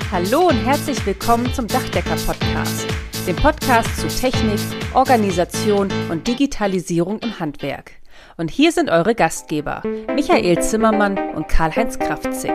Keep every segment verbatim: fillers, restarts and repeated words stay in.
Hallo und herzlich willkommen zum Dachdecker-Podcast, dem Podcast zu Technik, Organisation und Digitalisierung im Handwerk. Und hier sind eure Gastgeber, Michael Zimmermann und Karl-Heinz Kraftzig.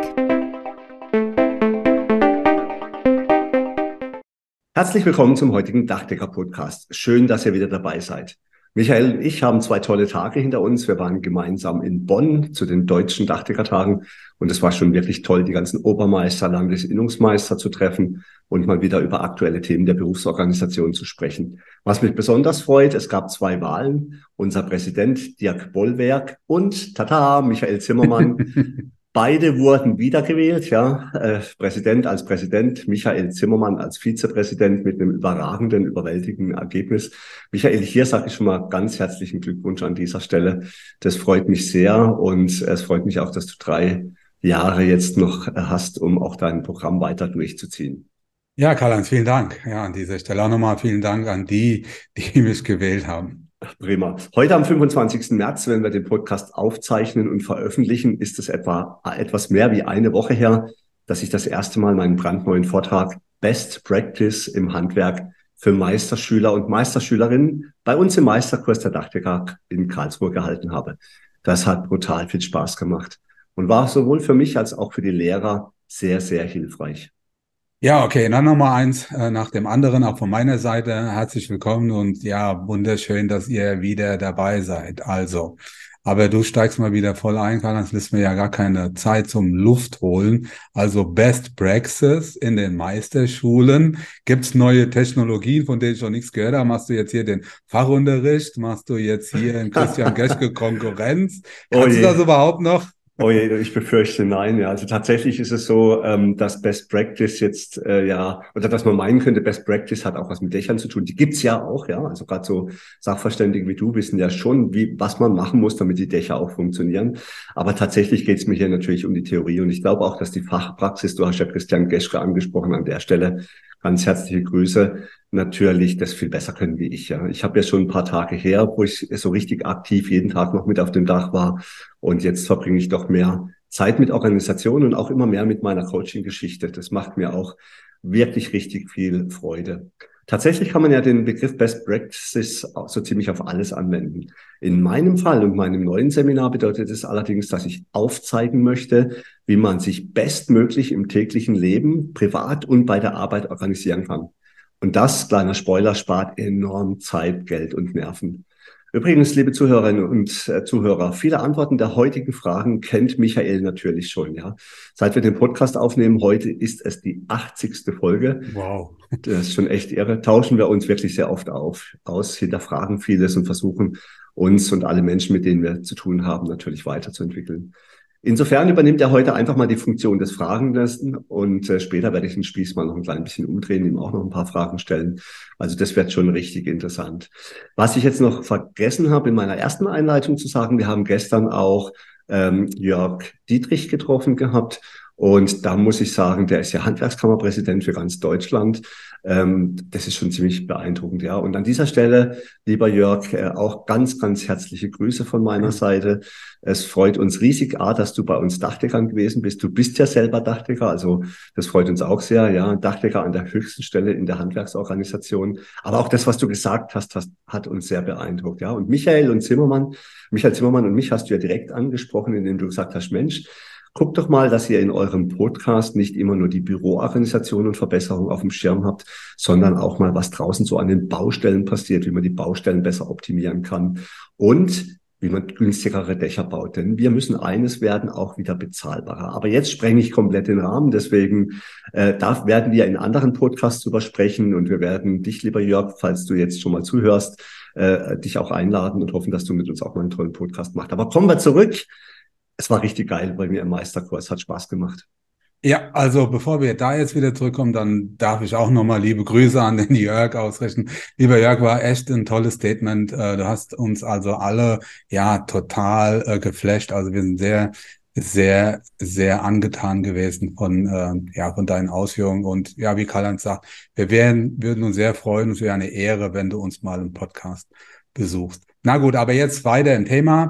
Herzlich willkommen zum heutigen Dachdecker-Podcast. Schön, dass ihr wieder dabei seid. Michael und ich haben zwei tolle Tage hinter uns. Wir waren gemeinsam in Bonn zu den deutschen Dachdecker-Tagen und es war schon wirklich toll, die ganzen Obermeister, Landesinnungsmeister zu treffen und mal wieder über aktuelle Themen der Berufsorganisation zu sprechen. Was mich besonders freut, es gab zwei Wahlen. Unser Präsident Dirk Bollwerk und, tata, Michael Zimmermann. Beide wurden wiedergewählt, ja. Äh, Präsident als Präsident, Michael Zimmermann als Vizepräsident mit einem überragenden, überwältigenden Ergebnis. Michael, hier sage ich schon mal ganz herzlichen Glückwunsch an dieser Stelle. Das freut mich sehr und es freut mich auch, dass du drei Jahre jetzt noch hast, um auch dein Programm weiter durchzuziehen. Ja, Karl-Heinz, vielen Dank. Ja, an dieser Stelle auch nochmal vielen Dank an die, die mich gewählt haben. Prima. Heute am fünfundzwanzigsten März, wenn wir den Podcast aufzeichnen und veröffentlichen, ist es etwa etwas mehr wie eine Woche her, dass ich das erste Mal meinen brandneuen Vortrag Best Practice im Handwerk für Meisterschüler und Meisterschülerinnen bei uns im Meisterkurs der Dachdecker in Karlsruhe gehalten habe. Das hat brutal viel Spaß gemacht und war sowohl für mich als auch für die Lehrer sehr, sehr hilfreich. Ja, okay, dann nochmal eins äh, nach dem anderen, auch von meiner Seite. Herzlich willkommen und ja, wunderschön, dass ihr wieder dabei seid. Also, aber du steigst mal wieder voll ein, Karl-Heinz, lässt mir ja gar keine Zeit zum Luft holen. Also Best Practice in den Meisterschulen. Gibt's neue Technologien, von denen ich noch nichts gehört habe? Machst du jetzt hier den Fachunterricht? Machst du jetzt hier in Christian Geschke Konkurrenz? Kannst oh du das überhaupt noch? Oh je, ich befürchte nein. Ja, also tatsächlich ist es so, ähm, dass Best Practice jetzt äh, ja oder dass man meinen könnte, Best Practice hat auch was mit Dächern zu tun. Die gibt's ja auch, ja. Also gerade so Sachverständige wie du wissen ja schon, wie was man machen muss, damit die Dächer auch funktionieren. Aber tatsächlich geht's mir hier natürlich um die Theorie und ich glaube auch, dass die Fachpraxis, du hast ja Christian Geschke angesprochen an der Stelle, ganz herzliche Grüße, natürlich das viel besser können wie ich. Ja, ich habe ja schon ein paar Tage her, wo ich so richtig aktiv jeden Tag noch mit auf dem Dach war. Und jetzt verbringe ich doch mehr Zeit mit Organisationen und auch immer mehr mit meiner Coaching-Geschichte. Das macht mir auch wirklich richtig viel Freude. Tatsächlich kann man ja den Begriff Best Practices so ziemlich auf alles anwenden. In meinem Fall und meinem neuen Seminar bedeutet es allerdings, dass ich aufzeigen möchte, wie man sich bestmöglich im täglichen Leben, privat und bei der Arbeit organisieren kann. Und das, kleiner Spoiler, spart enorm Zeit, Geld und Nerven. Übrigens, liebe Zuhörerinnen und äh, Zuhörer, viele Antworten der heutigen Fragen kennt Michael natürlich schon. Ja, seit wir den Podcast aufnehmen, heute ist es die achtzigste Folge. Wow. Das ist schon echt irre. Tauschen wir uns wirklich sehr oft auf, aus, hinterfragen vieles und versuchen uns und alle Menschen, mit denen wir zu tun haben, natürlich weiterzuentwickeln. Insofern übernimmt er heute einfach mal die Funktion des Fragenden und äh, später werde ich den Spieß mal noch ein klein bisschen umdrehen, ihm auch noch ein paar Fragen stellen. Also das wird schon richtig interessant. Was ich jetzt noch vergessen habe, in meiner ersten Einleitung zu sagen, wir haben gestern auch ähm, Jörg Dietrich getroffen gehabt. Und da muss ich sagen, der ist ja Handwerkskammerpräsident für ganz Deutschland. Ähm, das ist schon ziemlich beeindruckend, ja. Und an dieser Stelle, lieber Jörg, äh, auch ganz, ganz herzliche Grüße von meiner Seite. Es freut uns riesig, A, dass du bei uns Dachdeckern gewesen bist. Du bist ja selber Dachdecker, also das freut uns auch sehr, ja. Dachdecker an der höchsten Stelle in der Handwerksorganisation. Aber auch das, was du gesagt hast, hast hat uns sehr beeindruckt, ja. Und Michael und Zimmermann, Michael Zimmermann und mich hast du ja direkt angesprochen, indem du gesagt hast, Mensch, guckt doch mal, dass ihr in eurem Podcast nicht immer nur die Büroorganisation und Verbesserung auf dem Schirm habt, sondern auch mal, was draußen so an den Baustellen passiert, wie man die Baustellen besser optimieren kann und wie man günstigere Dächer baut. Denn wir müssen eines werden, auch wieder bezahlbarer. Aber jetzt sprenge ich komplett den Rahmen. Deswegen äh, da werden wir in anderen Podcasts drüber sprechen und wir werden dich, lieber Jörg, falls du jetzt schon mal zuhörst, äh, dich auch einladen und hoffen, dass du mit uns auch mal einen tollen Podcast machst. Aber kommen wir zurück. Es war richtig geil bei mir im Meisterkurs, hat Spaß gemacht. Ja, also bevor wir da jetzt wieder zurückkommen, dann darf ich auch nochmal liebe Grüße an den Jörg ausrichten. Lieber Jörg, war echt ein tolles Statement. Du hast uns also alle ja total äh, geflasht. Also wir sind sehr, sehr, sehr angetan gewesen von äh, ja von deinen Ausführungen. Und ja, wie Karl-Heinz sagt, wir wären, würden uns sehr freuen. Es wäre eine Ehre, wenn du uns mal im Podcast besuchst. Na gut, aber jetzt weiter im Thema.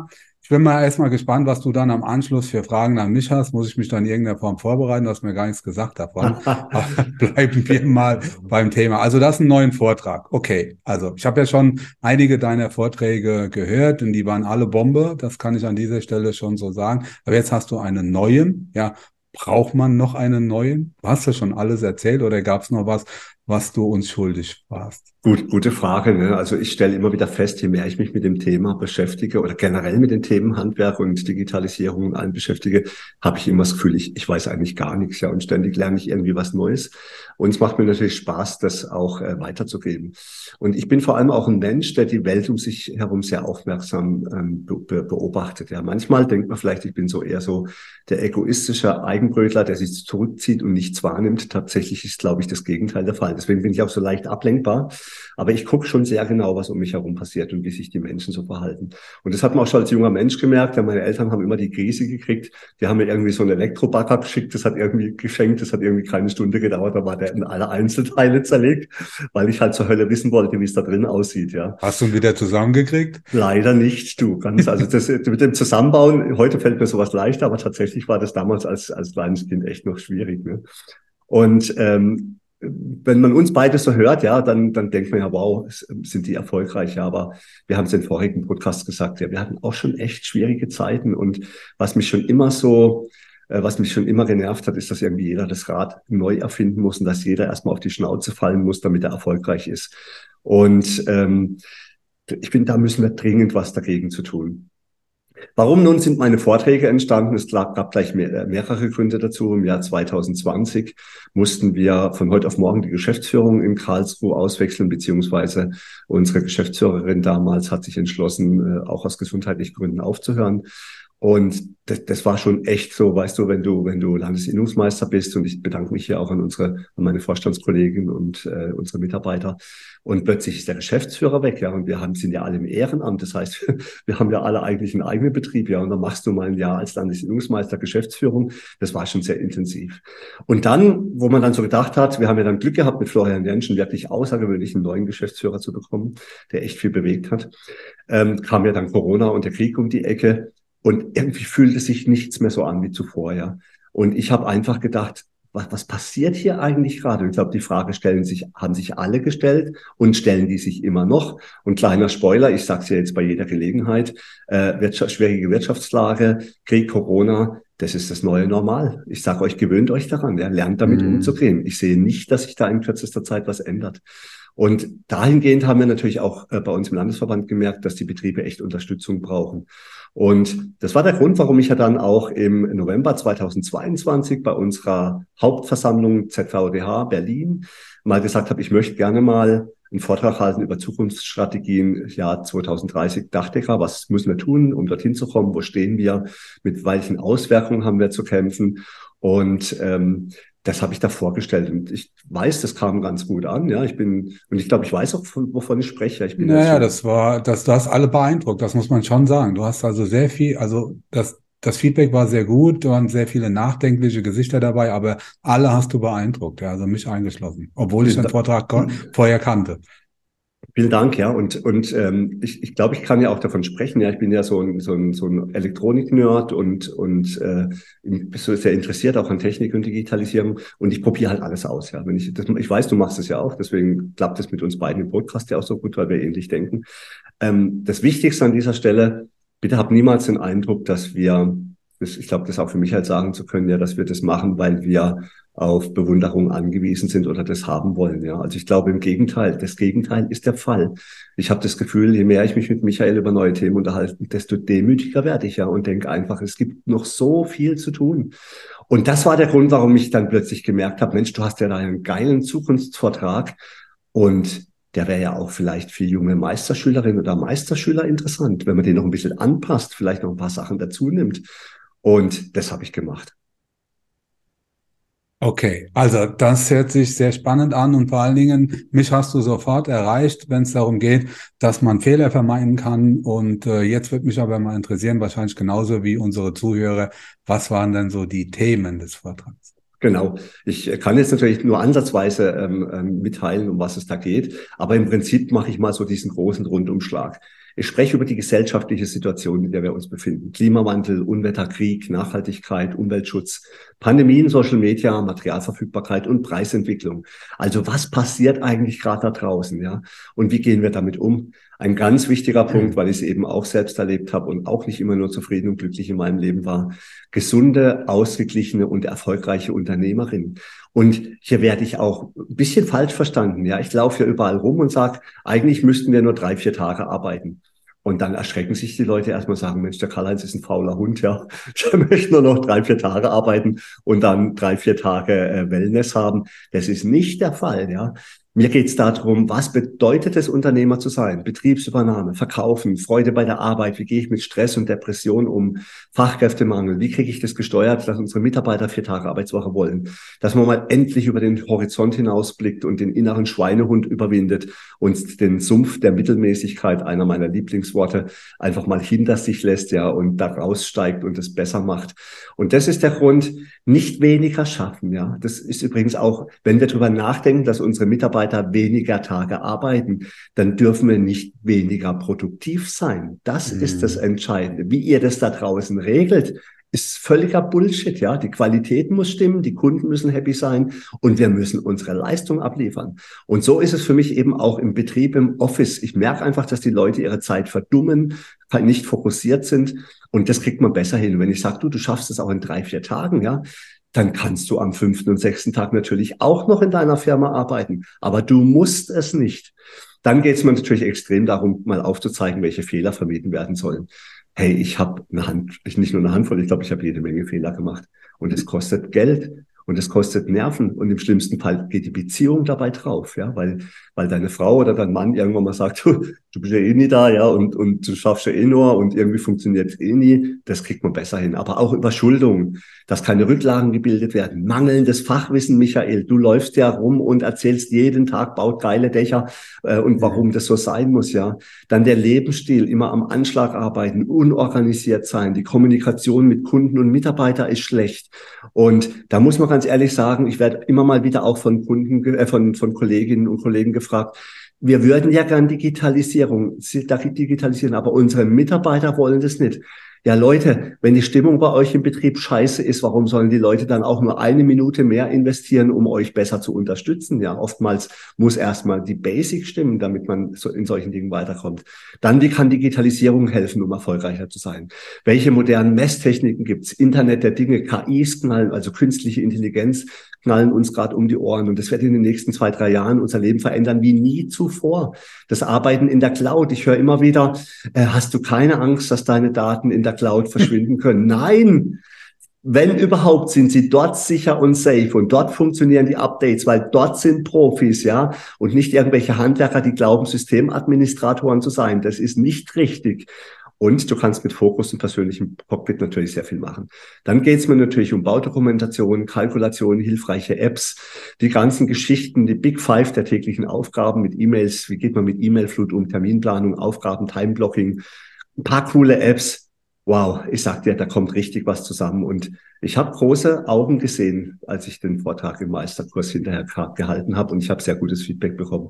Ich bin mal erstmal gespannt, was du dann am Anschluss für Fragen an mich hast. Muss ich mich dann in irgendeiner Form vorbereiten? Du hast mir gar nichts gesagt davon. Aber bleiben wir mal beim Thema. Also das ist ein neuer Vortrag. Okay, also ich habe ja schon einige deiner Vorträge gehört und die waren alle Bombe. Das kann ich an dieser Stelle schon so sagen. Aber jetzt hast du einen neuen. Ja, braucht man noch einen neuen? Du hast ja schon alles erzählt oder gab es noch was, was du uns schuldig warst? Gut, gute Frage. Ne? Also ich stelle immer wieder fest, je mehr ich mich mit dem Thema beschäftige oder generell mit den Themen Handwerk und Digitalisierung und allem beschäftige, habe ich immer das Gefühl, ich, ich weiß eigentlich gar nichts. Ja, und ständig lerne ich irgendwie was Neues. Und es macht mir natürlich Spaß, das auch äh, weiterzugeben. Und ich bin vor allem auch ein Mensch, der die Welt um sich herum sehr aufmerksam ähm, be beobachtet. Ja, manchmal denkt man vielleicht, ich bin so eher so der egoistische Eigenbrötler, der sich zurückzieht und nichts wahrnimmt. Tatsächlich ist, glaube ich, das Gegenteil der Fall. Deswegen bin ich auch so leicht ablenkbar. Aber ich gucke schon sehr genau, was um mich herum passiert und wie sich die Menschen so verhalten. Und das hat man auch schon als junger Mensch gemerkt. Ja, meine Eltern haben immer die Krise gekriegt. Die haben mir irgendwie so einen Elektrobagger geschickt. Das hat irgendwie geschenkt. Das hat irgendwie keine Stunde gedauert. Da war der in alle Einzelteile zerlegt, weil ich halt zur Hölle wissen wollte, wie es da drin aussieht. Ja. Hast du ihn wieder zusammengekriegt? Leider nicht, du. Ganz, also das mit dem Zusammenbauen, heute fällt mir sowas leichter, aber tatsächlich war das damals als, als kleines Kind echt noch schwierig. Ne? Und ähm, wenn man uns beide so hört, ja, dann, dann denkt man ja, wow, sind die erfolgreich, ja, aber wir haben es in den vorigen Podcast gesagt, ja, wir hatten auch schon echt schwierige Zeiten und was mich schon immer so, äh, was mich schon immer genervt hat, ist, dass irgendwie jeder das Rad neu erfinden muss und dass jeder erstmal auf die Schnauze fallen muss, damit er erfolgreich ist. Und ähm, ich finde, da müssen wir dringend was dagegen zu tun. Warum nun sind meine Vorträge entstanden? Es gab gleich mehr, mehrere Gründe dazu. Im Jahr zwanzig zwanzig mussten wir von heute auf morgen die Geschäftsführung in Karlsruhe auswechseln, beziehungsweise unsere Geschäftsführerin damals hat sich entschlossen, auch aus gesundheitlichen Gründen aufzuhören. Und das, das war schon echt so, weißt du, wenn du, wenn du Landesinnungsmeister bist, und ich bedanke mich hier auch an unsere, an meine Vorstandskollegin und äh, unsere Mitarbeiter, und plötzlich ist der Geschäftsführer weg, ja, und wir haben, sind ja alle im Ehrenamt, das heißt, wir haben ja alle eigentlich einen eigenen Betrieb, ja, und dann machst du mal ein Jahr als Landesinnungsmeister Geschäftsführung, das war schon sehr intensiv. Und dann, wo man dann so gedacht hat, wir haben ja dann Glück gehabt, mit Florian Jenschen wirklich außergewöhnlich einen neuen Geschäftsführer zu bekommen, der echt viel bewegt hat, ähm, kam ja dann Corona und der Krieg um die Ecke. Und irgendwie fühlte sich nichts mehr so an wie zuvor, ja. Und ich habe einfach gedacht, was, was passiert hier eigentlich gerade? Und ich glaube, die Frage stellen sich, haben sich alle gestellt und stellen die sich immer noch. Und kleiner Spoiler, ich sage es ja jetzt bei jeder Gelegenheit, äh, Wirtschaft, schwierige Wirtschaftslage, Krieg, Corona, das ist das neue Normal. Ich sage euch, gewöhnt euch daran, ja, lernt damit mhm. umzugehen. Ich sehe nicht, dass sich da in kürzester Zeit was ändert. Und dahingehend haben wir natürlich auch äh, bei uns im Landesverband gemerkt, dass die Betriebe echt Unterstützung brauchen. Und das war der Grund, warum ich ja dann auch im November zweitausendzweiundzwanzig bei unserer Hauptversammlung Z V D H Berlin mal gesagt habe, ich möchte gerne mal einen Vortrag halten über Zukunftsstrategien, Jahr zweitausenddreißig, Dachdecker, was müssen wir tun, um dorthin zu kommen, wo stehen wir, mit welchen Auswirkungen haben wir zu kämpfen. Und ähm, das habe ich da vorgestellt und ich weiß, das kam ganz gut an. Ja, ich bin und ich glaube, ich weiß auch, von, wovon ich spreche. Ich bin naja, das war, das, du hast alle beeindruckt. Das muss man schon sagen. Du hast also sehr viel, also das, das Feedback war sehr gut. Da waren sehr viele nachdenkliche Gesichter dabei, aber alle hast du beeindruckt. Ja, also mich eingeschlossen, obwohl ich den Vortrag vorher kannte. Vielen Dank, ja. Und, und ähm, ich, ich glaube, ich kann ja auch davon sprechen. Ja, ich bin ja so ein, so ein, so ein Elektronik-Nerd und, und äh, bin so sehr interessiert auch an Technik und Digitalisierung. Und ich probiere halt alles aus. Ja, wenn ich, das, ich weiß, du machst es ja auch. Deswegen klappt es mit uns beiden im Podcast ja auch so gut, weil wir ähnlich denken. Ähm, das Wichtigste an dieser Stelle: Bitte habt niemals den Eindruck, dass wir, das, ich glaube, das auch für mich halt sagen zu können, ja, dass wir das machen, weil wir auf Bewunderung angewiesen sind oder das haben wollen. Ja, also ich glaube im Gegenteil, das Gegenteil ist der Fall. Ich habe das Gefühl, je mehr ich mich mit Michael über neue Themen unterhalte, desto demütiger werde ich ja und denke einfach, es gibt noch so viel zu tun. Und das war der Grund, warum ich dann plötzlich gemerkt habe, Mensch, du hast ja da einen geilen Zukunftsvortrag und der wäre ja auch vielleicht für junge Meisterschülerinnen oder Meisterschüler interessant, wenn man den noch ein bisschen anpasst, vielleicht noch ein paar Sachen dazu nimmt. Und das habe ich gemacht. Okay, also das hört sich sehr spannend an und vor allen Dingen, mich hast du sofort erreicht, wenn es darum geht, dass man Fehler vermeiden kann. Und äh, jetzt wird mich aber mal interessieren, wahrscheinlich genauso wie unsere Zuhörer, was waren denn so die Themen des Vortrags? Genau. Ich kann jetzt natürlich nur ansatzweise ähm, mitteilen, um was es da geht. Aber im Prinzip mache ich mal so diesen großen Rundumschlag. Ich spreche über die gesellschaftliche Situation, in der wir uns befinden. Klimawandel, Unwetter, Krieg, Nachhaltigkeit, Umweltschutz, Pandemien, Social Media, Materialverfügbarkeit und Preisentwicklung. Also was passiert eigentlich gerade da draußen, ja? Und wie gehen wir damit um? Ein ganz wichtiger Punkt, weil ich es eben auch selbst erlebt habe und auch nicht immer nur zufrieden und glücklich in meinem Leben war. Gesunde, ausgeglichene und erfolgreiche Unternehmerin. Und hier werde ich auch ein bisschen falsch verstanden. Ja, ich laufe ja überall rum und sage, eigentlich müssten wir nur drei, vier Tage arbeiten. Und dann erschrecken sich die Leute erstmal, sagen, Mensch, der Karl-Heinz ist ein fauler Hund, ja. Der möchte nur noch drei, vier Tage arbeiten und dann drei, vier Tage äh, Wellness haben. Das ist nicht der Fall, ja. Mir geht es darum, was bedeutet es, Unternehmer zu sein? Betriebsübernahme, Verkaufen, Freude bei der Arbeit. Wie gehe ich mit Stress und Depression um? Fachkräftemangel. Wie kriege ich das gesteuert, dass unsere Mitarbeiter vier Tage Arbeitswoche wollen? Dass man mal endlich über den Horizont hinausblickt und den inneren Schweinehund überwindet und den Sumpf der Mittelmäßigkeit, einer meiner Lieblingsworte, einfach mal hinter sich lässt, ja, und da raussteigt und es besser macht. Und das ist der Grund, nicht weniger schaffen, ja. Das ist übrigens auch, wenn wir darüber nachdenken, dass unsere Mitarbeiter weniger Tage arbeiten, dann dürfen wir nicht weniger produktiv sein. Das mhm. ist das Entscheidende. Wie ihr das da draußen regelt, ist völliger Bullshit, ja. Die Qualität muss stimmen, die Kunden müssen happy sein und wir müssen unsere Leistung abliefern. Und so ist es für mich eben auch im Betrieb, im Office. Ich merke einfach, dass die Leute ihre Zeit verdummen, nicht fokussiert sind und das kriegt man besser hin. Wenn ich sage, du, du schaffst es auch in drei, vier Tagen, ja, dann kannst du am fünften und sechsten Tag natürlich auch noch in deiner Firma arbeiten. Aber du musst es nicht. Dann geht es mir natürlich extrem darum, mal aufzuzeigen, welche Fehler vermieden werden sollen. Hey, ich habe eine Hand, nicht nur eine Handvoll, ich glaube, ich habe jede Menge Fehler gemacht. Und es kostet Geld und es kostet Nerven. Und im schlimmsten Fall geht die Beziehung dabei drauf, ja, weil, weil deine Frau oder dein Mann irgendwann mal sagt, du, du bist ja eh nie da, ja, und, und du schaffst ja eh nur und irgendwie funktioniert es eh nie. Das kriegt man besser hin. Aber auch Überschuldung, dass keine Rücklagen gebildet werden, mangelndes Fachwissen, Michael. Du läufst ja rum und erzählst jeden Tag, baut geile Dächer äh, und warum das so sein muss, ja. Dann der Lebensstil, immer am Anschlag arbeiten, unorganisiert sein. Die Kommunikation mit Kunden und Mitarbeitern ist schlecht. Und da muss man ganz ehrlich sagen, ich werde immer mal wieder auch von Kunden, äh, von, von Kolleginnen und Kollegen gefragt, wir würden ja gern Digitalisierung, digitalisieren, aber unsere Mitarbeiter wollen das nicht. Ja, Leute, wenn die Stimmung bei euch im Betrieb scheiße ist, warum sollen die Leute dann auch nur eine Minute mehr investieren, um euch besser zu unterstützen? Ja, oftmals muss erstmal die Basic stimmen, damit man so in solchen Dingen weiterkommt. Dann, wie kann Digitalisierung helfen, um erfolgreicher zu sein? Welche modernen Messtechniken gibt's? Internet der Dinge, K Is knallen, also künstliche Intelligenz knallen uns gerade um die Ohren. Und das wird in den nächsten zwei, drei Jahren unser Leben verändern wie nie zuvor. Das Arbeiten in der Cloud. Ich höre immer wieder, äh, hast du keine Angst, dass deine Daten in der Cloud verschwinden können? Nein! Wenn überhaupt, sind sie dort sicher und safe und dort funktionieren die Updates, weil dort sind Profis, ja, und nicht irgendwelche Handwerker, die glauben, Systemadministratoren zu sein. Das ist nicht richtig. Und du kannst mit Fokus und persönlichem Cockpit natürlich sehr viel machen. Dann geht es mir natürlich um Baudokumentation, Kalkulation, hilfreiche Apps, die ganzen Geschichten, die Big Five der täglichen Aufgaben mit E-Mails. Wie geht man mit E-Mail-Flut um? Terminplanung, Aufgaben, Timeblocking, ein paar coole Apps. Wow, ich sag dir, da kommt richtig was zusammen. Und ich habe große Augen gesehen, als ich den Vortrag im Meisterkurs hinterher gehalten habe. Und ich habe sehr gutes Feedback bekommen.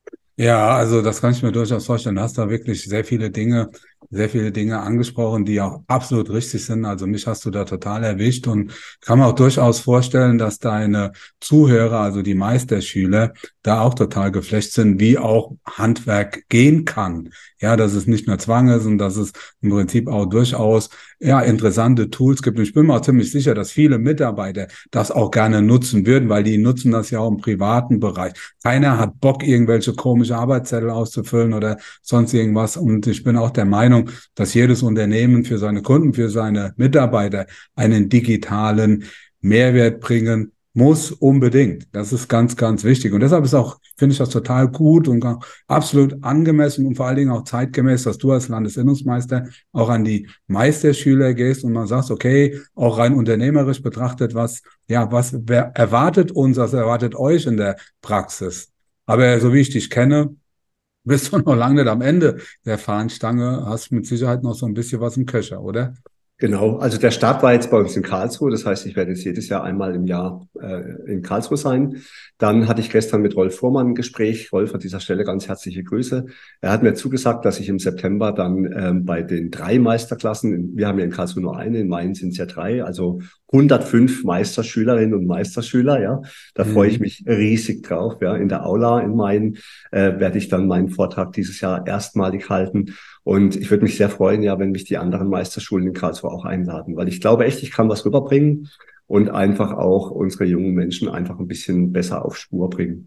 Ja, also das kann ich mir durchaus vorstellen. Du hast da wirklich sehr viele Dinge, sehr viele Dinge angesprochen, die auch absolut richtig sind. Also mich hast du da total erwischt und kann mir auch durchaus vorstellen, dass deine Zuhörer, also die Meisterschüler, da auch total geflasht sind, wie auch Handwerk gehen kann. Ja, dass es nicht nur Zwang ist und dass es im Prinzip auch durchaus ja interessante Tools gibt. Und ich bin mir auch ziemlich sicher, dass viele Mitarbeiter das auch gerne nutzen würden, weil die nutzen das ja auch im privaten Bereich. Keiner hat Bock, irgendwelche komische Arbeitszettel auszufüllen oder sonst irgendwas. Und ich bin auch der Meinung, dass jedes Unternehmen für seine Kunden, für seine Mitarbeiter einen digitalen Mehrwert bringen muss, unbedingt. Das ist ganz, ganz wichtig. Und deshalb ist auch, finde ich das total gut und absolut angemessen und vor allen Dingen auch zeitgemäß, dass du als Landesinnungsmeister auch an die Meisterschüler gehst und man sagt, okay, auch rein unternehmerisch betrachtet, was, ja, was wer erwartet uns, was erwartet euch in der Praxis? Aber so wie ich dich kenne, bist du noch lange nicht am Ende der Fahnenstange, hast mit Sicherheit noch so ein bisschen was im Köcher, oder? Genau, also der Start war jetzt bei uns in Karlsruhe, das heißt, ich werde jetzt jedes Jahr einmal im Jahr äh, in Karlsruhe sein. Dann hatte ich gestern mit Rolf Fuhrmann ein Gespräch. Rolf, an dieser Stelle ganz herzliche Grüße. Er hat mir zugesagt, dass ich im September dann ähm, bei den drei Meisterklassen, wir haben ja in Karlsruhe nur eine, in Main sind es ja drei, also hundertfünf Meisterschülerinnen und Meisterschüler, ja. Da freue ich Mhm. mich riesig drauf, ja. In der Aula in Main äh, werde ich dann meinen Vortrag dieses Jahr erstmalig halten. Und ich würde mich sehr freuen, ja, wenn mich die anderen Meisterschulen in Karlsruhe auch einladen, weil ich glaube echt, ich kann was rüberbringen und einfach auch unsere jungen Menschen einfach ein bisschen besser auf Spur bringen.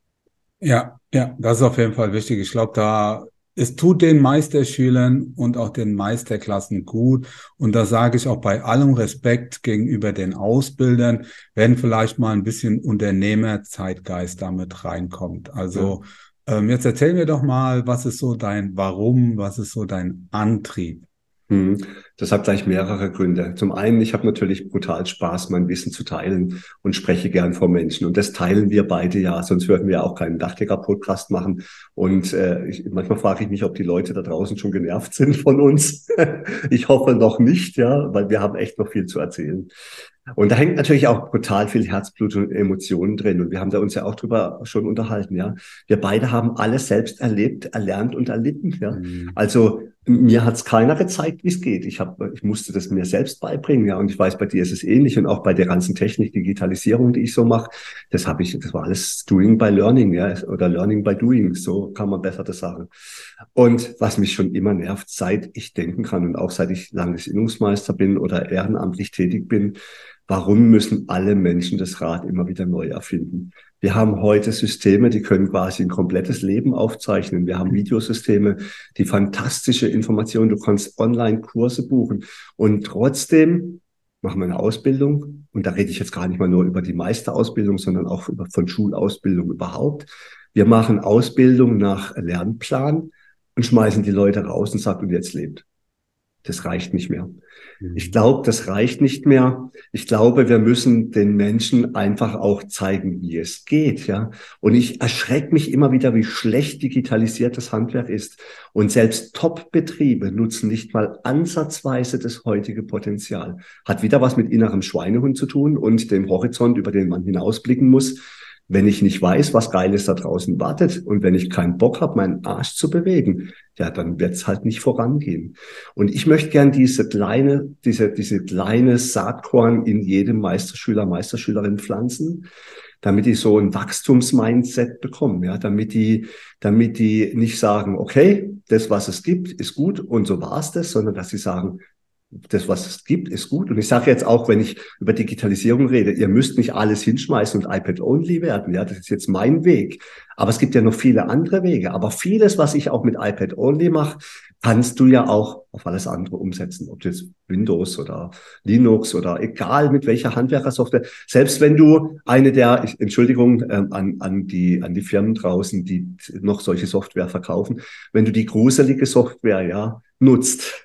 Ja, ja, das ist auf jeden Fall wichtig. Ich glaube, da es tut den Meisterschülern und auch den Meisterklassen gut. Und da sage ich auch bei allem Respekt gegenüber den Ausbildern, wenn vielleicht mal ein bisschen Unternehmerzeitgeist damit reinkommt. Also Ja. ähm, jetzt erzähl mir doch mal, was ist so dein Warum, was ist so dein Antrieb? Hm. Das hat gleich mehrere Gründe. Zum einen, ich habe natürlich brutal Spaß, mein Wissen zu teilen und spreche gern vor Menschen. Und das teilen wir beide ja, sonst würden wir auch keinen Dachdecker-Podcast machen. Und äh, ich, manchmal frage ich mich, ob die Leute da draußen schon genervt sind von uns. Ich hoffe noch nicht, ja, weil wir haben echt noch viel zu erzählen. Und da hängt natürlich auch brutal viel Herzblut und Emotionen drin. Und wir haben da uns ja auch drüber schon unterhalten, ja. Wir beide haben alles selbst erlebt, erlernt und erlitten, ja. Mhm. Also mir hat es keiner gezeigt, wie es geht. Ich habe, ich musste das mir selbst beibringen, ja. Und ich weiß, bei dir ist es ähnlich und auch bei der ganzen Technik, Digitalisierung, die ich so mache, das habe ich, das war alles Doing by Learning, ja, oder Learning by Doing. So kann man besser das sagen. Und was mich schon immer nervt, seit ich denken kann und auch seit ich Landesinnungsmeister bin oder ehrenamtlich tätig bin, warum müssen alle Menschen das Rad immer wieder neu erfinden? Wir haben heute Systeme, die können quasi ein komplettes Leben aufzeichnen. Wir haben Videosysteme, die fantastische Informationen. Du kannst Online-Kurse buchen. Und trotzdem machen wir eine Ausbildung. Und da rede ich jetzt gar nicht mal nur über die Meisterausbildung, sondern auch über, von Schulausbildung überhaupt. Wir machen Ausbildung nach Lernplan und schmeißen die Leute raus und sagen, und jetzt lebt. Das reicht nicht mehr. Ich glaube, das reicht nicht mehr. Ich glaube, wir müssen den Menschen einfach auch zeigen, wie es geht, ja. Und ich erschrecke mich immer wieder, wie schlecht digitalisiert das Handwerk ist. Und selbst Top-Betriebe nutzen nicht mal ansatzweise das heutige Potenzial. Hat wieder was mit innerem Schweinehund zu tun und dem Horizont, über den man hinausblicken muss. Wenn ich nicht weiß, was Geiles da draußen wartet und wenn ich keinen Bock habe, meinen Arsch zu bewegen, ja, dann wird's halt nicht vorangehen. Und ich möchte gern diese kleine, diese, diese kleine Saatkorn in jedem Meisterschüler, Meisterschülerin pflanzen, damit die so ein Wachstumsmindset bekommen, ja, damit die, damit die nicht sagen, okay, das, was es gibt, ist gut und so war's das, sondern dass sie sagen, das, was es gibt, ist gut. Und ich sage jetzt auch, wenn ich über Digitalisierung rede, ihr müsst nicht alles hinschmeißen und iPad-only werden. Ja, das ist jetzt mein Weg. Aber es gibt ja noch viele andere Wege. Aber vieles, was ich auch mit iPad-only mache, kannst du ja auch auf alles andere umsetzen. Ob jetzt Windows oder Linux oder egal mit welcher Handwerkersoftware. Selbst wenn du eine der, ich, Entschuldigung ähm, an, an, die, an die Firmen draußen, die noch solche Software verkaufen, wenn du die gruselige Software ja nutzt,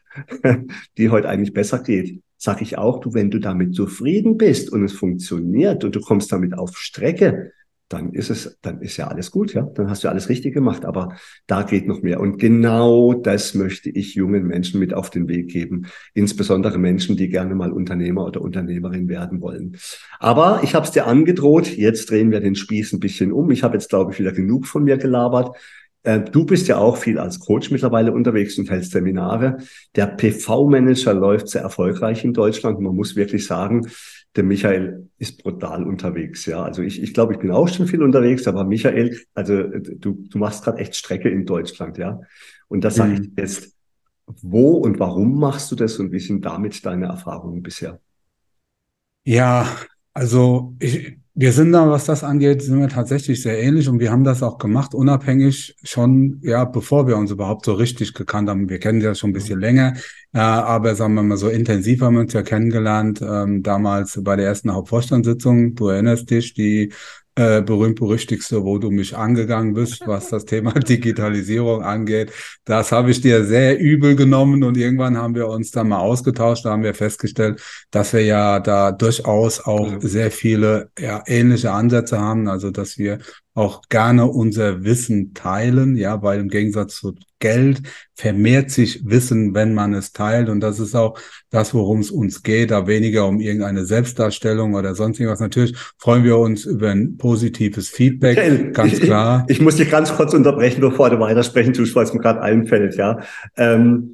die heute eigentlich besser geht, sag ich auch, du, wenn du damit zufrieden bist und es funktioniert und du kommst damit auf Strecke, dann ist es, dann ist ja alles gut, ja, dann hast du alles richtig gemacht, aber da geht noch mehr. Und genau das möchte ich jungen Menschen mit auf den Weg geben, insbesondere Menschen, die gerne mal Unternehmer oder Unternehmerin werden wollen. Aber ich habe es dir angedroht, jetzt drehen wir den Spieß ein bisschen um. Ich habe jetzt, glaube ich, wieder genug von mir gelabert. Du bist ja auch viel als Coach mittlerweile unterwegs und hältst Seminare. Der P V-Manager läuft sehr erfolgreich in Deutschland. Man muss wirklich sagen, der Michael ist brutal unterwegs. Ja, also ich, ich glaube, ich bin auch schon viel unterwegs, aber Michael, also du, du machst gerade echt Strecke in Deutschland, ja. Und das sage ich dir jetzt. Wo und warum machst du das und wie sind damit deine Erfahrungen bisher? Ja, also ich, wir sind da, was das angeht, sind wir tatsächlich sehr ähnlich und wir haben das auch gemacht, unabhängig schon, ja, bevor wir uns überhaupt so richtig gekannt haben. Wir kennen ja schon ein bisschen länger, äh, aber sagen wir mal so intensiv haben wir uns ja kennengelernt, ähm, damals bei der ersten Hauptvorstandssitzung. Du erinnerst dich, die äh, berühmt-berüchtigste, wo du mich angegangen bist, was das Thema Digitalisierung angeht. Das habe ich dir sehr übel genommen und irgendwann haben wir uns dann mal ausgetauscht, da haben wir festgestellt, dass wir ja da durchaus auch sehr viele ja, ähnliche Ansätze haben, also dass wir auch gerne unser Wissen teilen, ja, weil im Gegensatz zu Geld vermehrt sich Wissen, wenn man es teilt. Und das ist auch das, worum es uns geht, da weniger um irgendeine Selbstdarstellung oder sonst irgendwas. Natürlich freuen wir uns über ein positives Feedback, Michael, ganz ich, klar. Ich, ich muss dich ganz kurz unterbrechen, bevor du weitersprechen tust, weil es mir gerade einfällt, ja. Ähm,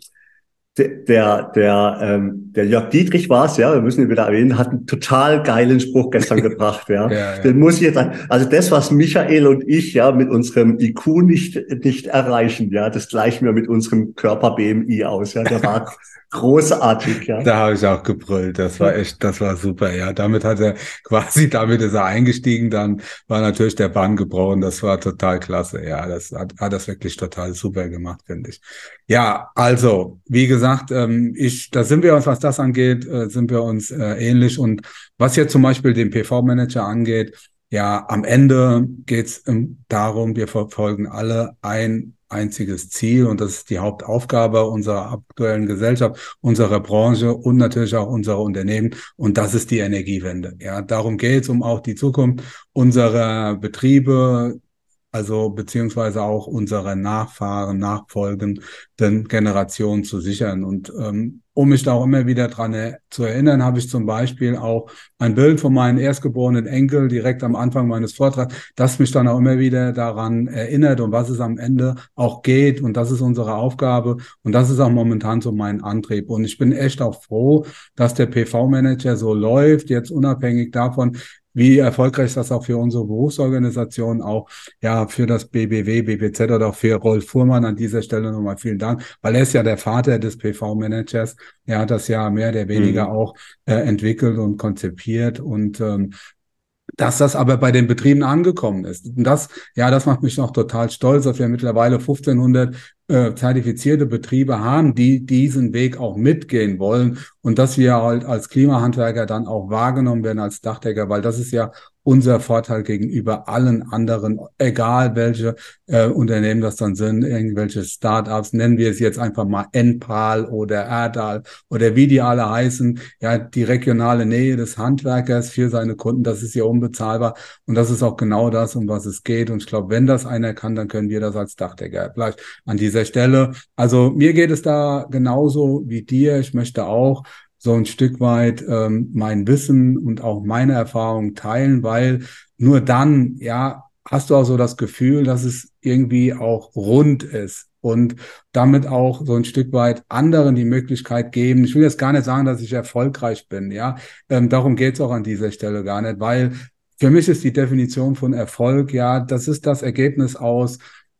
Der, der, ähm, der Jörg Dietrich war es, ja, wir müssen ihn wieder erwähnen, hat einen total geilen Spruch gestern gebracht, ja. Ja, ja. Den muss ich jetzt, also das, was Michael und ich, ja, mit unserem I Q nicht, nicht erreichen, ja, das gleichen wir mit unserem Körper-B M I aus, ja. Der war großartig, ja. Da habe ich auch gebrüllt. Das war echt, das war super. Ja, damit hat er quasi, damit ist er eingestiegen. Dann war natürlich der Bann gebrochen. Das war total klasse. Ja, das hat, hat das wirklich total super gemacht, finde ich. Ja, also, wie gesagt, ähm, ich, da sind wir uns, was das angeht, äh, sind wir uns äh, ähnlich. Und was jetzt zum Beispiel den P V-Manager angeht, ja, am Ende geht's ähm, darum, wir verfolgen alle ein einziges Ziel und das ist die Hauptaufgabe unserer aktuellen Gesellschaft, unserer Branche und natürlich auch unserer Unternehmen und das ist die Energiewende. Ja, darum geht es, um auch die Zukunft unserer Betriebe, also beziehungsweise auch unsere Nachfahren, nachfolgenden Generationen zu sichern. Und ähm, um mich da auch immer wieder dran er zu erinnern, habe ich zum Beispiel auch ein Bild von meinem erstgeborenen Enkel direkt am Anfang meines Vortrags, das mich dann auch immer wieder daran erinnert, um was es am Ende auch geht. Und das ist unsere Aufgabe. Und das ist auch momentan so mein Antrieb. Und ich bin echt auch froh, dass der P V-Manager so läuft, jetzt unabhängig davon, wie erfolgreich das auch für unsere Berufsorganisation, auch ja für das B B W, B B Z oder auch für Rolf Fuhrmann an dieser Stelle nochmal vielen Dank, weil er ist ja der Vater des P V-Managers. Er hat das ja mehr oder weniger mhm. auch äh, entwickelt und konzipiert und ähm, dass das aber bei den Betrieben angekommen ist. Und das, ja, das macht mich noch total stolz, dass wir mittlerweile fünfzehnhundert äh, zertifizierte Betriebe haben, die diesen Weg auch mitgehen wollen und dass wir halt als Klimahandwerker dann auch wahrgenommen werden als Dachdecker, weil das ist ja unser Vorteil gegenüber allen anderen, egal welche äh, Unternehmen das dann sind, irgendwelche Startups, nennen wir es jetzt einfach mal Enpal oder Erdal oder wie die alle heißen, ja, die regionale Nähe des Handwerkers für seine Kunden, das ist ja unbezahlbar und das ist auch genau das, um was es geht und ich glaube, wenn das einer kann, dann können wir das als Dachdecker. Vielleicht an dieser Stelle, also mir geht es da genauso wie dir, ich möchte auch so ein Stück weit ähm, mein Wissen und auch meine Erfahrungen teilen, weil nur dann, ja, hast du auch so das Gefühl, dass es irgendwie auch rund ist und damit auch so ein Stück weit anderen die Möglichkeit geben. Ich will jetzt gar nicht sagen, dass ich erfolgreich bin, ja, ähm, darum geht's auch an dieser Stelle gar nicht, weil für mich ist die Definition von Erfolg, ja, das ist das Ergebnis aus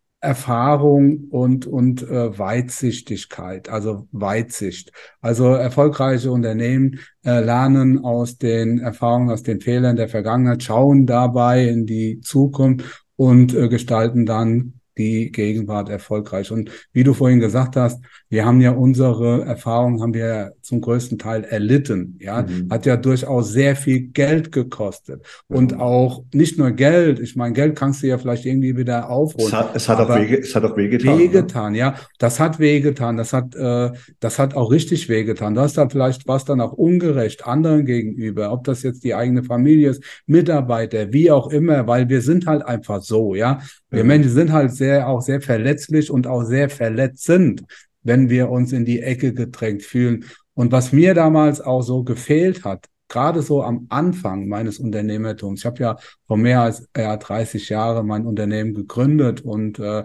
Erfahrung und und äh, Weitsichtigkeit, also Weitsicht. Also erfolgreiche Unternehmen äh, lernen aus den Erfahrungen, aus den Fehlern der Vergangenheit, schauen dabei in die Zukunft und äh, gestalten dann die Gegenwart erfolgreich. Und wie du vorhin gesagt hast, wir haben ja unsere Erfahrungen, haben wir zum größten Teil erlitten. Ja, mhm. Hat ja durchaus sehr viel Geld gekostet. Mhm. Und auch nicht nur Geld, ich meine, Geld kannst du ja vielleicht irgendwie wieder aufholen. Es hat, es hat auch wehge, es hat auch wehgetan. Wehgetan, ne? Ja. Das hat wehgetan. Das hat, äh, das hat auch richtig wehgetan. Du hast dann vielleicht was dann auch ungerecht anderen gegenüber, ob das jetzt die eigene Familie ist, Mitarbeiter, wie auch immer, weil wir sind halt einfach so, ja. Wir mhm. Menschen sind halt sehr, auch sehr verletzlich und auch sehr verletzend, wenn wir uns in die Ecke gedrängt fühlen. Und was mir damals auch so gefehlt hat, gerade so am Anfang meines Unternehmertums, ich habe ja vor mehr als ja, dreißig Jahren mein Unternehmen gegründet und äh,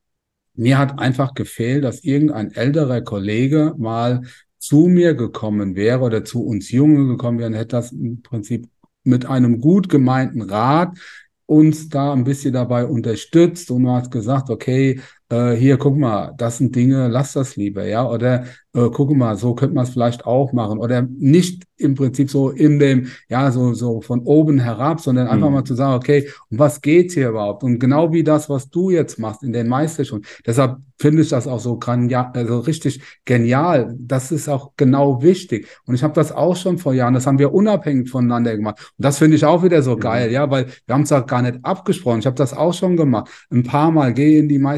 mir hat einfach gefehlt, dass irgendein älterer Kollege mal zu mir gekommen wäre oder zu uns Jungen gekommen wäre und hätte das im Prinzip mit einem gut gemeinten Rat uns da ein bisschen dabei unterstützt und man hat gesagt, okay, äh, hier, guck mal, das sind Dinge, lass das lieber, ja, oder äh, guck mal, so könnte man es vielleicht auch machen oder nicht im Prinzip so in dem, ja, so so von oben herab, sondern einfach mhm. mal zu sagen, okay, um was geht's hier überhaupt? Und genau wie das, was du jetzt machst in den Meisterstunden, deshalb finde ich das auch so genial, also richtig genial, das ist auch genau wichtig und ich habe das auch schon vor Jahren, das haben wir unabhängig voneinander gemacht und das finde ich auch wieder so mhm. geil, ja, weil wir haben es auch gar nicht abgesprochen, ich habe das auch schon gemacht, ein paar Mal, gehe in die Meisterklassen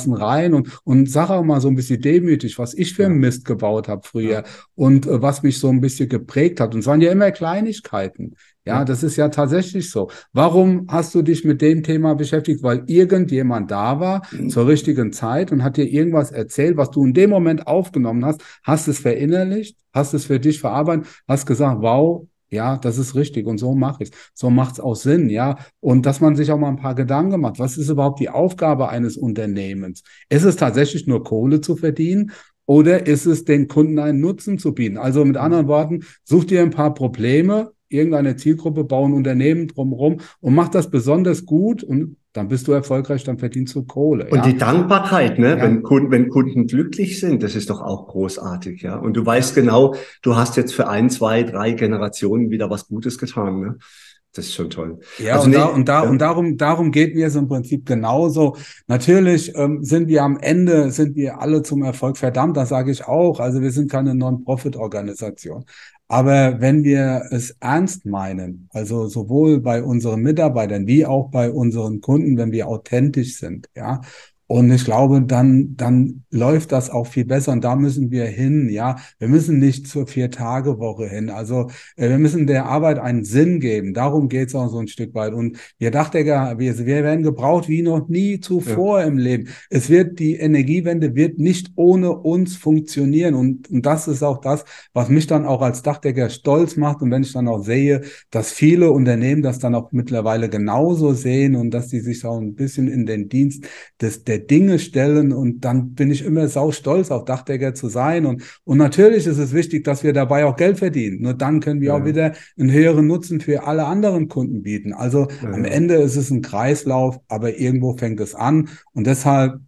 lassen rein und, und sag auch mal so ein bisschen demütig, was ich für Ja. Mist gebaut habe früher Ja. und äh, was mich so ein bisschen geprägt hat. Und es waren ja immer Kleinigkeiten. Ja, Ja. das ist ja tatsächlich so. Warum hast du dich mit dem Thema beschäftigt? Weil irgendjemand da war zur richtigen Zeit und hat dir irgendwas erzählt, was du in dem Moment aufgenommen hast, hast es verinnerlicht, hast es für dich verarbeitet, hast gesagt, wow, ja, das ist richtig und so mache ich es. So macht es auch Sinn, ja. Und dass man sich auch mal ein paar Gedanken macht, was ist überhaupt die Aufgabe eines Unternehmens? Ist es tatsächlich nur Kohle zu verdienen? Oder ist es den Kunden einen Nutzen zu bieten? Also mit anderen Worten, such dir ein paar Probleme, irgendeine Zielgruppe, bau ein Unternehmen drumherum und mach das besonders gut und dann bist du erfolgreich, dann verdienst du Kohle. Und Ja, die Dankbarkeit, ne, ja, wenn Kunden, wenn Kunden glücklich sind, das ist doch auch großartig, ja. Und du weißt ja. genau, du hast jetzt für ein, zwei, drei Generationen wieder was Gutes getan, ne? Das ist schon toll. Ja, Also und da und nee, da und ja, darum darum geht mir es im Prinzip genauso. Natürlich ähm, sind wir am Ende sind wir alle zum Erfolg verdammt, das sage ich auch. Also wir sind keine Non-Profit-Organisation. Aber wenn wir es ernst meinen, also sowohl bei unseren Mitarbeitern wie auch bei unseren Kunden, wenn wir authentisch sind, ja. Und ich glaube, dann, dann läuft das auch viel besser. Und da müssen wir hin, ja. Wir müssen nicht zur Vier-Tage-Woche hin. Also äh, wir müssen der Arbeit einen Sinn geben. Darum geht es auch so ein Stück weit. Und wir Dachdecker, wir, wir werden gebraucht wie noch nie ja, zuvor im Leben. Es wird, die Energiewende wird nicht ohne uns funktionieren. Und, und das ist auch das, was mich dann auch als Dachdecker stolz macht. Und wenn ich dann auch sehe, dass viele Unternehmen das dann auch mittlerweile genauso sehen und dass die sich auch ein bisschen in den Dienst des, der Dinge stellen, und dann bin ich immer sau stolz, auch Dachdecker zu sein. Und, und natürlich ist es wichtig, dass wir dabei auch Geld verdienen. Nur dann können wir auch ja, wieder einen höheren Nutzen für alle anderen Kunden bieten. Also ja, am ja. Ende ist es ein Kreislauf, aber irgendwo fängt es an. Und deshalb,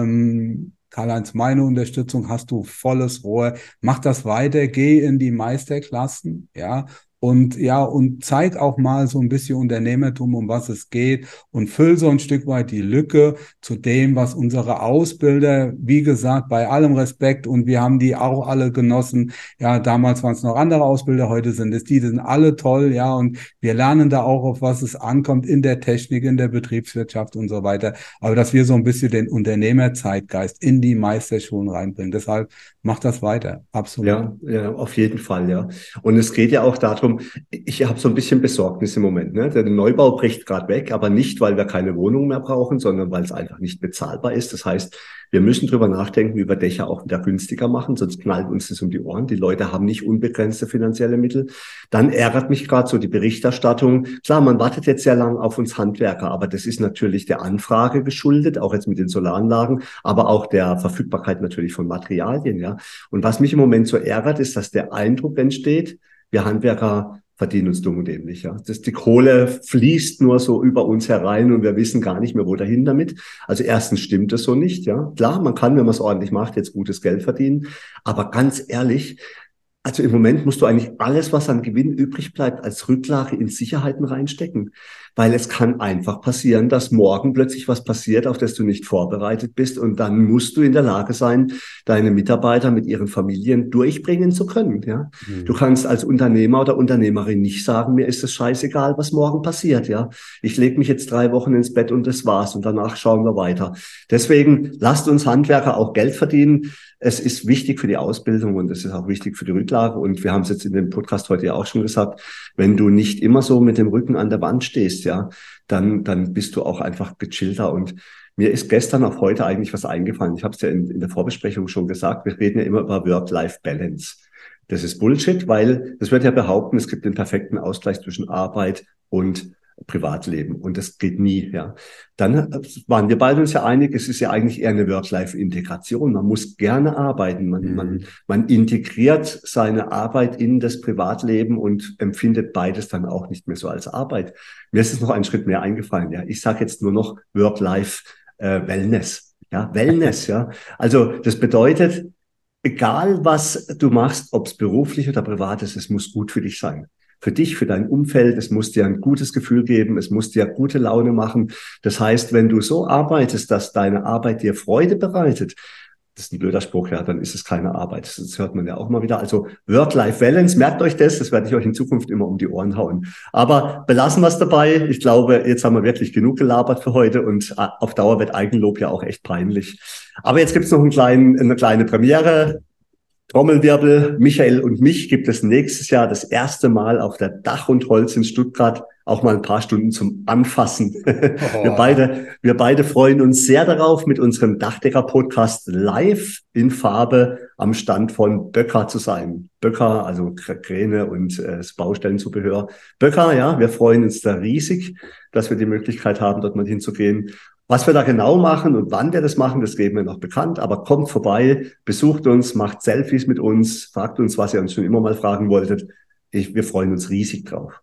ähm, Karl-Heinz, meine Unterstützung hast du volles Rohr. Mach das weiter, geh in die Meisterklassen, ja. Und ja, und zeig auch mal so ein bisschen Unternehmertum, um was es geht, und füll so ein Stück weit die Lücke zu dem, was unsere Ausbilder, wie gesagt, bei allem Respekt, und wir haben die auch alle genossen. Ja, damals waren es noch andere Ausbilder, heute sind es die, die sind alle toll, ja, und wir lernen da auch, auf was es ankommt in der Technik, in der Betriebswirtschaft und so weiter. Aber dass wir so ein bisschen den Unternehmerzeitgeist in die Meisterschulen reinbringen. Deshalb macht das weiter. Absolut. Ja, ja, auf jeden Fall, ja. Und es geht ja auch darum, ich habe so ein bisschen Besorgnis im Moment, ne? Der Neubau bricht gerade weg, aber nicht, weil wir keine Wohnung mehr brauchen, sondern weil es einfach nicht bezahlbar ist. Das heißt, wir müssen drüber nachdenken, wie wir Dächer auch wieder günstiger machen, sonst knallt uns das um die Ohren. Die Leute haben nicht unbegrenzte finanzielle Mittel. Dann ärgert mich gerade so die Berichterstattung. Klar, man wartet jetzt sehr lang auf uns Handwerker, aber das ist natürlich der Anfrage geschuldet, auch jetzt mit den Solaranlagen, aber auch der Verfügbarkeit natürlich von Materialien, ja. Und was mich im Moment so ärgert, ist, dass der Eindruck entsteht, wir Handwerker verdienen uns dumm und dämlich. Ja. Das, die Kohle fließt nur so über uns herein und wir wissen gar nicht mehr, wo dahin damit. Also erstens stimmt das so nicht. Ja, klar, man kann, wenn man es ordentlich macht, jetzt gutes Geld verdienen. Aber ganz ehrlich, also im Moment musst du eigentlich alles, was an Gewinn übrig bleibt, als Rücklage in Sicherheiten reinstecken. Weil es kann einfach passieren, dass morgen plötzlich was passiert, auf das du nicht vorbereitet bist. Und dann musst du in der Lage sein, deine Mitarbeiter mit ihren Familien durchbringen zu können. Ja, du Mhm. kannst als Unternehmer oder Unternehmerin nicht sagen, mir ist es scheißegal, was morgen passiert. Ja, ich lege mich jetzt drei Wochen ins Bett und das war's. Und danach schauen wir weiter. Deswegen lasst uns Handwerker auch Geld verdienen. Es ist wichtig für die Ausbildung und es ist auch wichtig für die Rücklage. Und wir haben es jetzt in dem Podcast heute ja auch schon gesagt, wenn du nicht immer so mit dem Rücken an der Wand stehst, ja, dann, dann bist du auch einfach gechillter. Und mir ist gestern auf heute eigentlich was eingefallen. Ich habe es ja in, in der Vorbesprechung schon gesagt. Wir reden ja immer über Work-Life-Balance. Das ist Bullshit, weil das wird ja behaupten, es gibt den perfekten Ausgleich zwischen Arbeit und Privatleben. Und das geht nie, ja. Dann waren wir beide uns ja einig, es ist ja eigentlich eher eine Work-Life-Integration. Man muss gerne arbeiten. Man, Mhm. man, man integriert seine Arbeit in das Privatleben und empfindet beides dann auch nicht mehr so als Arbeit. Mir ist es noch einen Schritt mehr eingefallen, ja. Ich sage jetzt nur noch Work-Life-Wellness. Ja, Wellness, ja. Also das bedeutet, egal was du machst, ob es beruflich oder privat ist, es muss gut für dich sein. Für dich, für dein Umfeld, es muss dir ein gutes Gefühl geben, es muss dir gute Laune machen. Das heißt, wenn du so arbeitest, dass deine Arbeit dir Freude bereitet, das ist ein blöder Spruch, ja, dann ist es keine Arbeit. Das hört man ja auch immer wieder. Also Work-Life-Balance, merkt euch das, das werde ich euch in Zukunft immer um die Ohren hauen. Aber belassen wir es dabei. Ich glaube, jetzt haben wir wirklich genug gelabert für heute und auf Dauer wird Eigenlob ja auch echt peinlich. Aber jetzt gibt es noch einen kleinen, eine kleine Premiere. Trommelwirbel, Michael und mich gibt es nächstes Jahr das erste Mal auf der Dach und Holz in Stuttgart auch mal ein paar Stunden zum Anfassen. Oh. Wir beide, wir beide freuen uns sehr darauf, mit unserem Dachdecker-Podcast live in Farbe am Stand von Böcker zu sein. Böcker, also Kräne und äh, das Baustellenzubehör. Böcker, ja, wir freuen uns da riesig, dass wir die Möglichkeit haben, dort mal hinzugehen. Was wir da genau machen und wann wir das machen, das geben wir noch bekannt. Aber kommt vorbei, besucht uns, macht Selfies mit uns, fragt uns, was ihr uns schon immer mal fragen wolltet. Ich, wir freuen uns riesig drauf.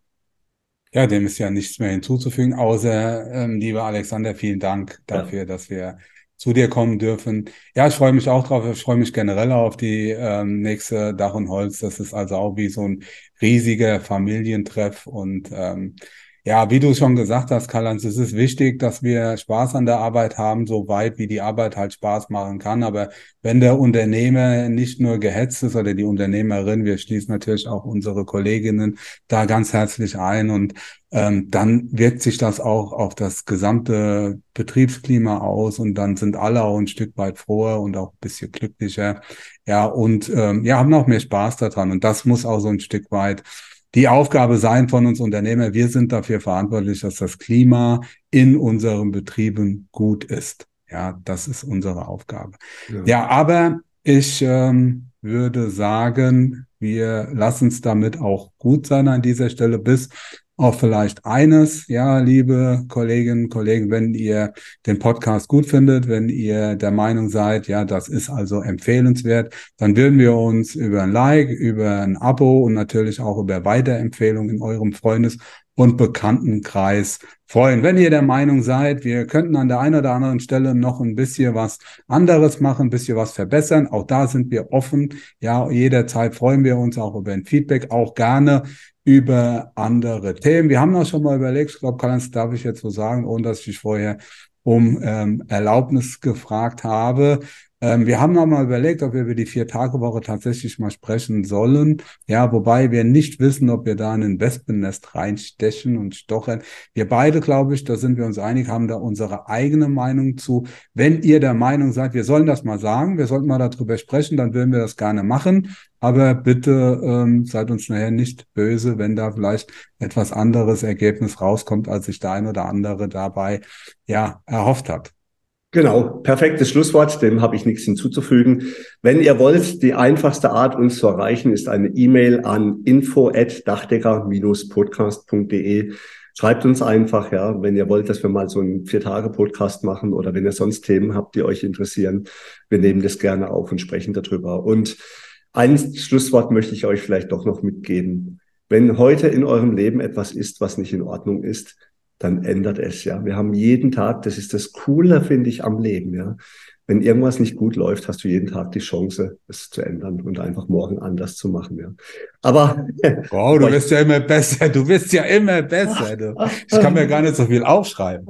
Ja, dem ist ja nichts mehr hinzuzufügen, außer, ähm, lieber Alexander, vielen Dank dafür, ja. dass wir zu dir kommen dürfen. Ja, ich freue mich auch drauf. Ich freue mich generell auf die ähm, nächste Dach und Holz. Das ist also auch wie so ein riesiger Familientreff und ähm, ja, wie du schon gesagt hast, Karl-Heinz, es ist wichtig, dass wir Spaß an der Arbeit haben, so weit wie die Arbeit halt Spaß machen kann. Aber wenn der Unternehmer nicht nur gehetzt ist oder die Unternehmerin, wir schließen natürlich auch unsere Kolleginnen da ganz herzlich ein und ähm, dann wirkt sich das auch auf das gesamte Betriebsklima aus und dann sind alle auch ein Stück weit froher und auch ein bisschen glücklicher. Ja, und ähm, ja, haben auch mehr Spaß daran und das muss auch so ein Stück weit die Aufgabe sein von uns Unternehmer. Wir sind dafür verantwortlich, dass das Klima in unseren Betrieben gut ist. Ja, das ist unsere Aufgabe. Ja, ja aber ich ähm, würde sagen, wir lassen es damit auch gut sein an dieser Stelle, bis auch vielleicht eines, ja, liebe Kolleginnen und Kollegen, wenn ihr den Podcast gut findet, wenn ihr der Meinung seid, ja, das ist also empfehlenswert, dann würden wir uns über ein Like, über ein Abo und natürlich auch über Weiterempfehlungen in eurem Freundes- und Bekanntenkreis freuen. Wenn ihr der Meinung seid, wir könnten an der einen oder anderen Stelle noch ein bisschen was anderes machen, ein bisschen was verbessern, auch da sind wir offen. Ja, jederzeit freuen wir uns auch über ein Feedback, auch gerne über andere Themen. Wir haben auch schon mal überlegt, ich glaube, Karl-Heinz, darf ich jetzt so sagen, ohne dass ich dich vorher um ähm, Erlaubnis gefragt habe. Ähm, wir haben noch mal überlegt, ob wir über die Vier-Tage-Woche tatsächlich mal sprechen sollen. Ja, wobei wir nicht wissen, ob wir da in ein Wespennest reinstechen und stochern. Wir beide, glaube ich, da sind wir uns einig, haben da unsere eigene Meinung zu. Wenn ihr der Meinung seid, wir sollen das mal sagen, wir sollten mal darüber sprechen, dann würden wir das gerne machen. Aber bitte ähm, seid uns nachher nicht böse, wenn da vielleicht etwas anderes Ergebnis rauskommt, als sich der ein oder andere dabei ja erhofft hat. Genau, perfektes Schlusswort, dem habe ich nichts hinzuzufügen. Wenn ihr wollt, die einfachste Art, uns zu erreichen, ist eine E-Mail an info at dachdecker Bindestrich podcast punkt de. Schreibt uns einfach, ja, wenn ihr wollt, dass wir mal so einen Vier-Tage-Podcast machen oder wenn ihr sonst Themen habt, die euch interessieren. Wir nehmen das gerne auf und sprechen darüber. Und ein Schlusswort möchte ich euch vielleicht doch noch mitgeben. Wenn heute in eurem Leben etwas ist, was nicht in Ordnung ist, dann ändert es, ja. Wir haben jeden Tag, das ist das Coole, finde ich, am Leben, ja. Wenn irgendwas nicht gut läuft, hast du jeden Tag die Chance, es zu ändern und einfach morgen anders zu machen, ja. Aber wow, du wirst ja immer besser, du wirst ja immer besser. Du. Ich kann mir gar nicht so viel aufschreiben.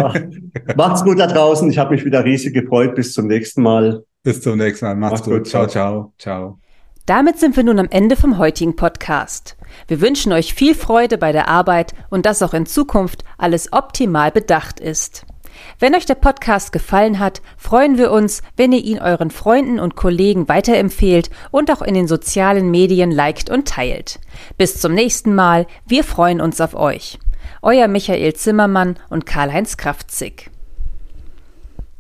Macht's gut da draußen. Ich habe mich wieder riesig gefreut. Bis zum nächsten Mal. Bis zum nächsten Mal. Macht's, Macht's gut. gut. Ciao, ciao, ciao. Damit sind wir nun am Ende vom heutigen Podcast. Wir wünschen euch viel Freude bei der Arbeit und dass auch in Zukunft alles optimal bedacht ist. Wenn euch der Podcast gefallen hat, freuen wir uns, wenn ihr ihn euren Freunden und Kollegen weiterempfehlt und auch in den sozialen Medien liked und teilt. Bis zum nächsten Mal, wir freuen uns auf euch. Euer Michael Zimmermann und Karl-Heinz Kraftzig.